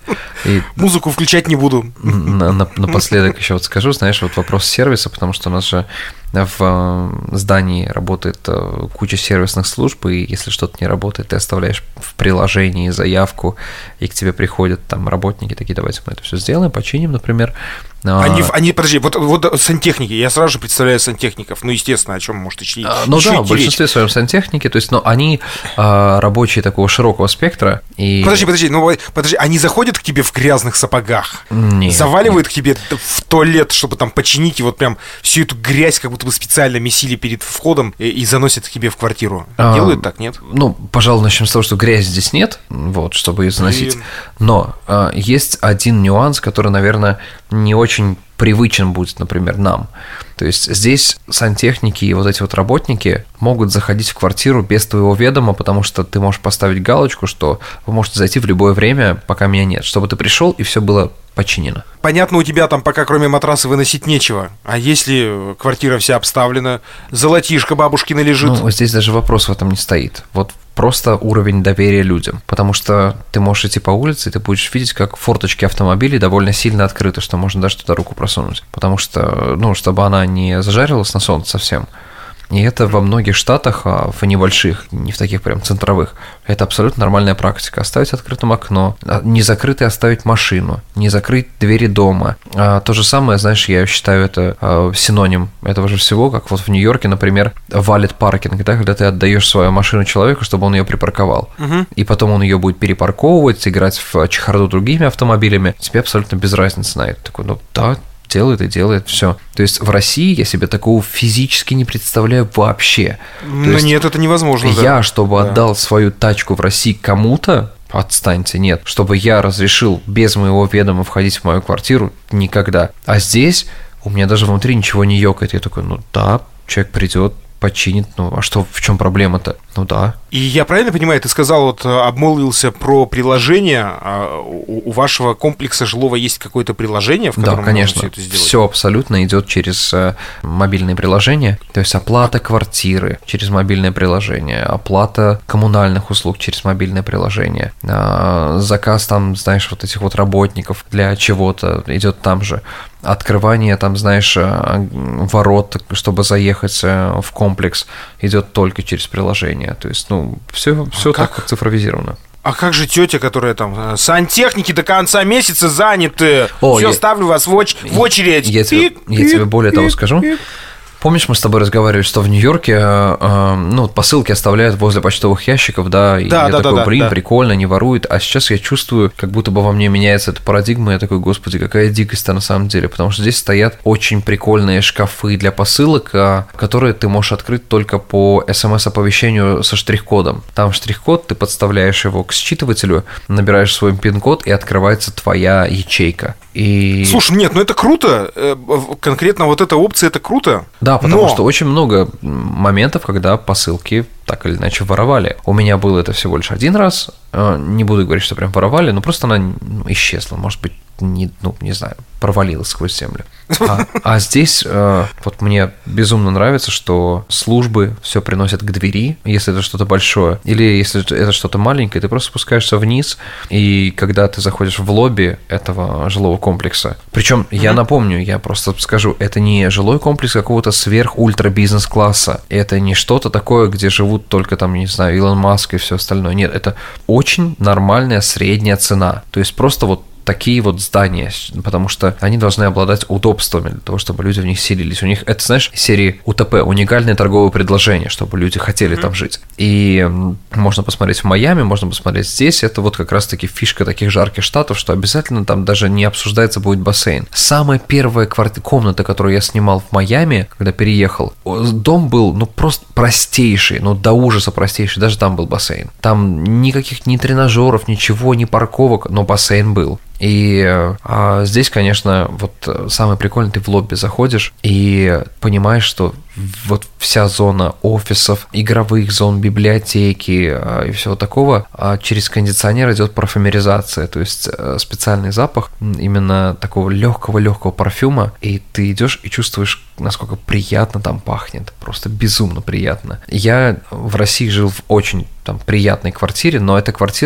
И музыку включать не буду. на- на- напоследок еще вот скажу, знаешь, вот вопрос сервиса, потому что у нас же в э, здании работает э, куча сервисных служб, и если что-то не работает, ты оставляешь в приложении заявку, и к тебе приходят там работники, такие, давайте мы это все сделаем, починим, например. А, Они, они, подожди, вот, вот сантехники, я сразу же представляю сантехников, ну, естественно, о чем может идти, а, Ну еще да, идти в большинстве своем сантехники, то есть, но они а, рабочие такого широкого спектра. И... Подожди, подожди, ну подожди, они заходят к тебе в грязных сапогах, Нет, заваливают к тебе в туалет, чтобы там починить, и вот прям всю эту грязь как будто бы специально месили перед входом и, и заносят к тебе в квартиру. А, Делают так, нет? Ну, пожалуй, начнем с того, что грязи здесь нет, вот, чтобы ее заносить. Блин. Но а, есть один нюанс, который, наверное, не очень привычен будет, например, нам. То есть здесь сантехники и вот эти вот работники могут заходить в квартиру без твоего ведома, потому что ты можешь поставить галочку, что вы можете зайти в любое время, пока меня нет, чтобы ты пришел и все было починено. Понятно, у тебя там пока кроме матраса выносить нечего. А если квартира вся обставлена, золотишко бабушкина лежит? Ну, здесь даже вопрос в этом не стоит. Вот просто уровень доверия людям. Потому что ты можешь идти по улице, и ты будешь видеть, как форточки автомобилей довольно сильно открыты, что можно даже туда руку просунуть. Потому что, ну, чтобы она не зажарилась на солнце совсем. И это во многих штатах, а в небольших, не в таких прям центровых, это абсолютно нормальная практика. Оставить открытым окно, не закрытой оставить машину, не закрыть двери дома. А то же самое, знаешь, я считаю это а, синоним этого же всего, как вот в Нью-Йорке, например, валид паркинг, да, когда ты отдаешь свою машину человеку, чтобы он ее припарковал. Угу. И потом он ее будет перепарковывать, играть в чехарду другими автомобилями. Тебе абсолютно без разницы на это. Такой, ну да, делает и делает все. То есть в России я себе такого физически не представляю вообще. Ну есть нет, это невозможно. Я, да. чтобы Да. отдал свою тачку в России кому-то, отстаньте, нет. Чтобы я разрешил без моего ведома входить в мою квартиру, никогда. А здесь у меня даже внутри ничего не ёкает. Я такой, ну да, человек придет, починит, ну а что, в чем проблема-то? Ну да. И я правильно понимаю, ты сказал, вот обмолвился про приложение, а у, у вашего комплекса жилого есть какое-то приложение, в котором Да, конечно. можно все это сделать? Все абсолютно идет через э, мобильные приложения. То есть оплата квартиры через мобильное приложение, оплата коммунальных услуг через мобильное приложение, э, заказ там, знаешь, вот этих вот работников для чего-то идет там же. Открывание там, знаешь, э, ворот, чтобы заехать э, в комплекс, идет только через приложение. То есть, ну, все, все как? так цифровизировано. А как же тетя, которая там, сантехники до конца месяца заняты, О, все, я- ставлю вас в, оч- в очередь. Я тебе, Пик, я тебе пик, более того пик, скажу. пик. Помнишь, мы с тобой разговаривали, что в Нью-Йорке э, э, ну, посылки оставляют возле почтовых ящиков, да, и Да, я да, такой, да, да, блин, да. прикольно, не воруют, а сейчас я чувствую, как будто бы во мне меняется эта парадигма, я такой, господи, какая дикость-то на самом деле, потому что здесь стоят очень прикольные шкафы для посылок, э, которые ты можешь открыть только по смс-оповещению со штрих-кодом. Там штрих-код, ты подставляешь его к считывателю, набираешь свой пин-код, и открывается твоя ячейка. И... Слушай, нет, ну это круто. Э, в- Конкретно вот эта опция, это круто. Да, потому Но- что очень много моментов, когда посылки так или иначе воровали. У меня было это всего лишь один раз. Э, Не буду говорить, что прям воровали, но просто она ну, исчезла. Может быть, не, ну, не знаю, провалилась сквозь землю. А, а здесь э, вот мне безумно нравится, что службы все приносят к двери, если это что-то большое. Или если это что-то маленькое, ты просто спускаешься вниз, и когда ты заходишь в лобби этого жилого комплекса, причем я напомню, я просто скажу, это не жилой комплекс какого-то сверх-ультра-бизнес-класса, это не что-то такое, где живут только там, не знаю, Илон Маск и все остальное. Нет, это очень нормальная средняя цена. То есть просто вот такие вот здания, потому что они должны обладать удобствами для того, чтобы люди в них селились. У них, это, знаешь, серии УТП, уникальное торговое предложение, чтобы люди хотели mm-hmm. там жить. И м, можно посмотреть в Майами, можно посмотреть здесь. Это вот как раз-таки фишка таких жарких штатов, что обязательно там даже не обсуждается будет бассейн. Самая первая кварти- комната, которую я снимал в Майами, когда переехал, дом был, ну, просто простейший, ну, до ужаса простейший, даже там был бассейн. Там никаких ни тренажеров, ничего, ни парковок, но бассейн был. И а, здесь, конечно, вот самое прикольное, ты в лобби заходишь и понимаешь, что вот вся зона офисов, игровых зон, библиотеки а, и всего такого, а через кондиционер идет парфюмеризация, то есть а, специальный запах именно такого легкого-легкого парфюма, и ты идешь и чувствуешь, насколько приятно там пахнет, просто безумно приятно. Я в России жил в очень там приятной квартире, но эта квартира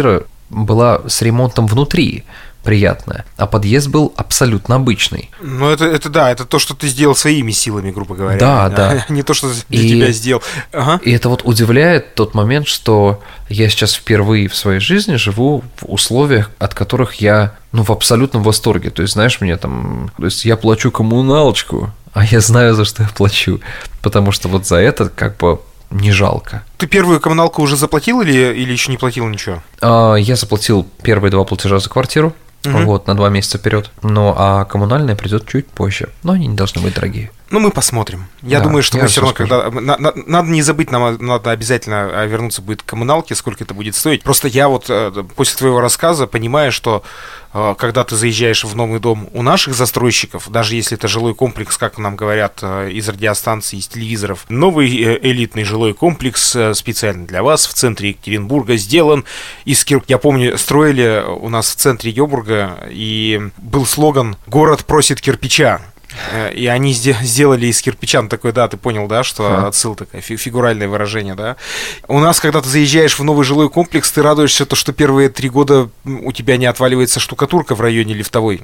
была с ремонтом внутри приятная, а подъезд был абсолютно обычный. Ну, это, это да, это то, что ты сделал своими силами, грубо говоря. Да, да. Не то, что для и, тебя сделал. Ага. И это вот удивляет тот момент, что я сейчас впервые в своей жизни живу в условиях, от которых я, ну, в абсолютном восторге. То есть, знаешь, мне там... То есть, я плачу коммуналочку, а я знаю, за что я плачу. Потому что вот за это как бы не жалко. Ты первую коммуналку уже заплатил или, или еще не платил ничего? А, я заплатил первые два платежа за квартиру. Угу. Вот, на два месяца вперед. Ну, а коммунальная придет чуть позже. Но они не должны быть дорогие. Ну, мы посмотрим. Я да, думаю, что мы все равно, скажу. когда... На, на, надо не забыть, нам надо обязательно вернуться будет к коммуналке, сколько это будет стоить. Просто я вот после твоего рассказа понимаю, что когда ты заезжаешь в новый дом у наших застройщиков, даже если это жилой комплекс, как нам говорят из радиостанций, из телевизоров, новый элитный жилой комплекс специально для вас в центре Екатеринбурга сделан из кирпича. Я помню, строили у нас в центре Йобурга, и был слоган «Город просит кирпича». И они сделали из кирпича, ну, такой, да, ты понял, да, что а. отсыл такое, фигуральное выражение, да. У нас, когда ты заезжаешь в новый жилой комплекс, ты радуешься, то, что первые три года у тебя не отваливается штукатурка в районе лифтовой.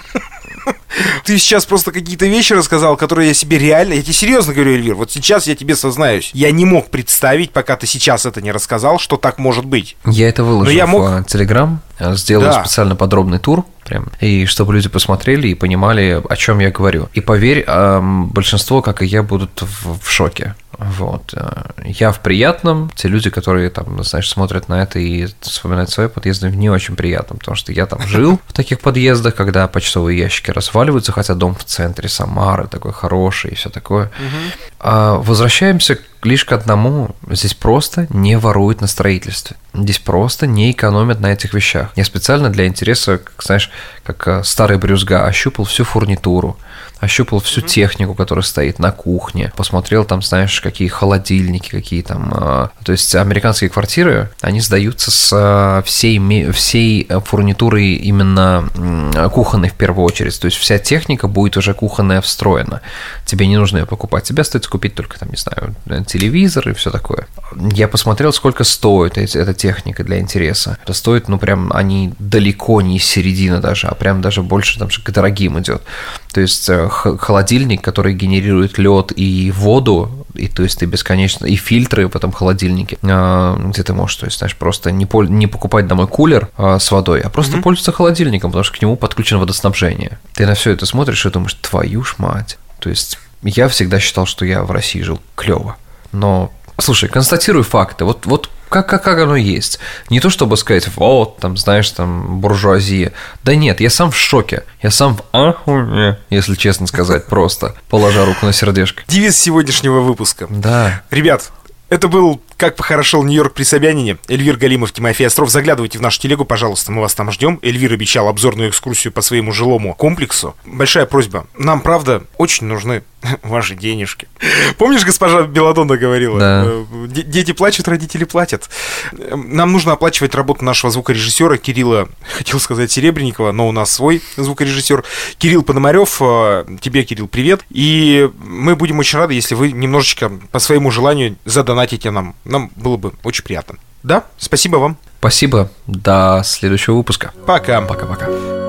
Ты сейчас просто какие-то вещи рассказал, которые я себе реально... Я тебе серьезно говорю, Эльвир, вот сейчас я тебе сознаюсь. Я не мог представить, пока ты сейчас это не рассказал, что так может быть. Я это выложу я в мог... Телеграм, сделаю да. специально подробный тур, прям, и чтобы люди посмотрели и понимали, о чем я говорю. И поверь, большинство, как и я, будут в шоке. Вот. Я в приятном, те люди, которые там, знаешь, смотрят на это и вспоминают свои подъезды, в не очень приятном, потому что я там жил в таких подъездах, когда почтовые ящики разваливаются, хотя дом в центре Самары такой хороший и все такое. Угу. А возвращаемся лишь к одному. Здесь просто не воруют на строительстве. Здесь просто не экономят на этих вещах. Я специально для интереса, как, знаешь, как старый брюзга, ощупал всю фурнитуру, ощупал всю mm-hmm. технику, которая стоит на кухне, посмотрел там, знаешь, какие холодильники, какие там... Э, то есть американские квартиры, они сдаются с всей, всей фурнитурой именно э, кухонной в первую очередь. То есть вся техника будет уже кухонная встроена. Тебе не нужно ее покупать. Тебе остается купить только, там, не знаю, телевизор и все такое. Я посмотрел, сколько стоит эта техника для интереса. Это стоит, ну, прям, они далеко не из середины даже, а прям даже больше, там, к дорогим идет. То есть холодильник, который генерирует лед и воду, и то есть ты бесконечно, и фильтры в этом холодильнике, где ты можешь, то есть, знаешь, просто не, пол, не покупать домой кулер с водой, а просто mm-hmm. пользоваться холодильником, потому что к нему подключено водоснабжение. Ты на все это смотришь и думаешь, твою ж мать. То есть я всегда считал, что я в России жил клево, но, слушай, констатирую факты, вот, вот Как, как, как оно есть. Не то, чтобы сказать, вот, там, знаешь, там, буржуазия. Да нет, я сам в шоке. Я сам в ахуе, если честно сказать, просто, положа руку на сердечко. Девиз сегодняшнего выпуска. Да. Ребят, это был «Как похорошел Нью-Йорк при Собянине». Эльвир Галимов, Тимофей Остров. Заглядывайте в нашу телегу, пожалуйста, мы вас там ждем. Эльвир обещал обзорную экскурсию по своему жилому комплексу. Большая просьба. Нам, правда, очень нужны ваши денежки. Помнишь, госпожа Беладонна говорила? Да. Дети плачут, родители платят. Нам нужно оплачивать работу нашего звукорежиссера Кирилла, хотел сказать Серебренникова, но у нас свой звукорежиссер. Кирилл Пономарев. Тебе, Кирилл, привет. И мы будем очень рады, если вы немножечко по своему желанию задонатите нам. Нам было бы очень приятно. Да? Спасибо вам. Спасибо. До следующего выпуска. Пока. Пока-пока.